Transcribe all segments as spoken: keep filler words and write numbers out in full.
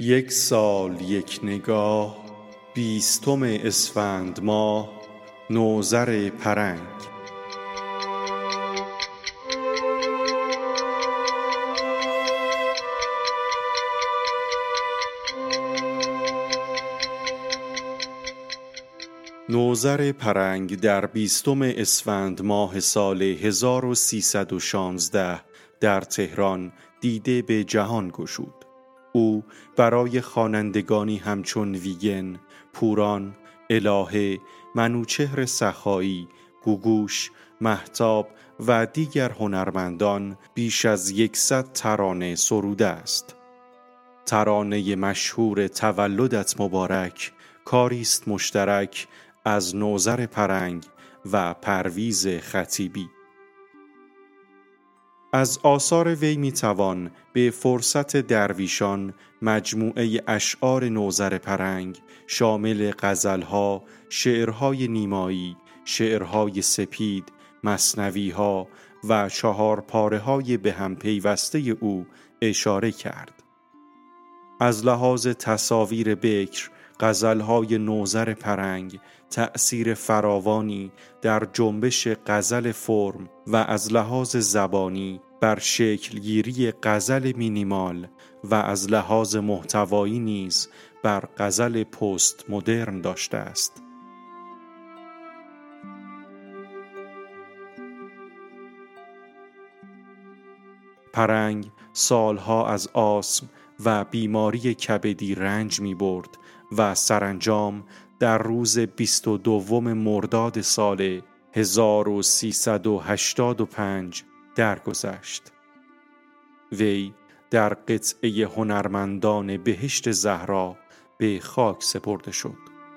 یک سال یک نگاه، بیستم اسفند ماه، نوذر پرنگ. نوذر پرنگ در بیستم اسفند ماه سال هزار و سیصد و شانزده در تهران دیده به جهان گشود. او برای خوانندگانی همچون ویگن، پوران، الهه، منوچهر سخایی، گوگوش، مهتاب و دیگر هنرمندان بیش از یکصد ترانه سروده است. ترانه مشهور تولدت مبارک کاری است مشترک از نوذر پرنگ و پرویز خطیبی. از آثار وی میتوان به فرصت درویشان مجموعه اشعار نوذر پرنگ شامل غزلها، شعرهای نیمایی، شعرهای سپید، مثنویها و چهار پاره‌های به هم پیوسته او اشاره کرد. از لحاظ تصاویر بکر، غزلهای نوذر پرنگ تأثیر فراوانی در جنبش غزل فرم و از لحاظ زبانی بر شکلگیری غزل مینیمال و از لحاظ محتوایی نیز بر غزل پست مدرن داشته است. پرنگ سالها از آسم و بیماری کبدی رنج می برد و سرانجام در روز بیست و دوم مرداد سال هزار و سیصد و هشتاد و پنج درگذشت. وی در قطعه هنرمندان بهشت زهرا به خاک سپرده شد.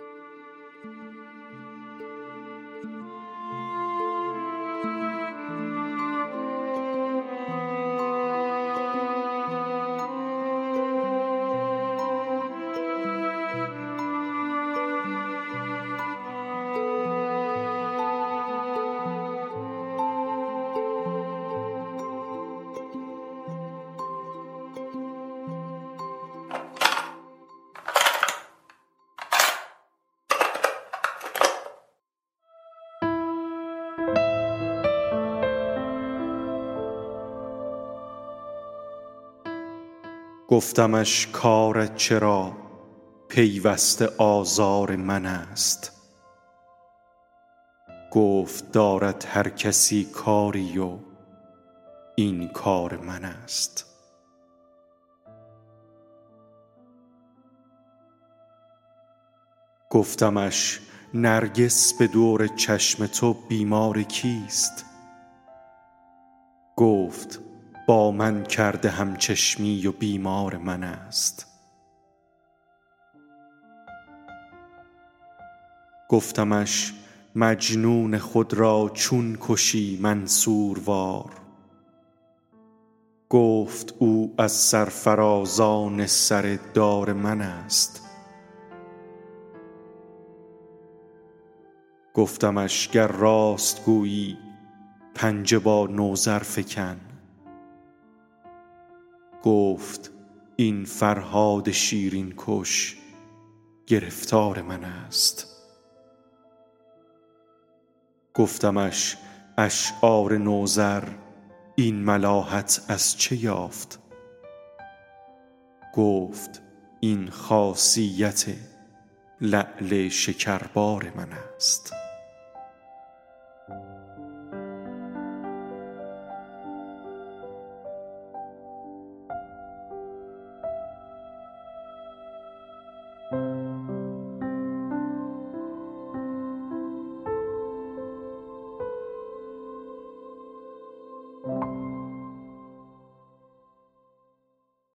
گفتمش کارت چرا پیوسته آزار من است. گفت دارد هر کسی کاری و این کار من است. گفتمش نرگس به دور چشم تو بیمار کیست؟ گفت با من کرده همچشمی و بیمار من است. گفتمش مجنون خود را چون کشی منصوروار؟ گفت او از سرفرازان سر دار من است. گفتمش گر راست گویی پنجه با نوذر فکن. گفت این فرهاد شیرین کش گرفتار من است. گفتمش اشعار نوذر این ملاحت از چه یافت؟ گفت این خاصیت لعل شکربار من است.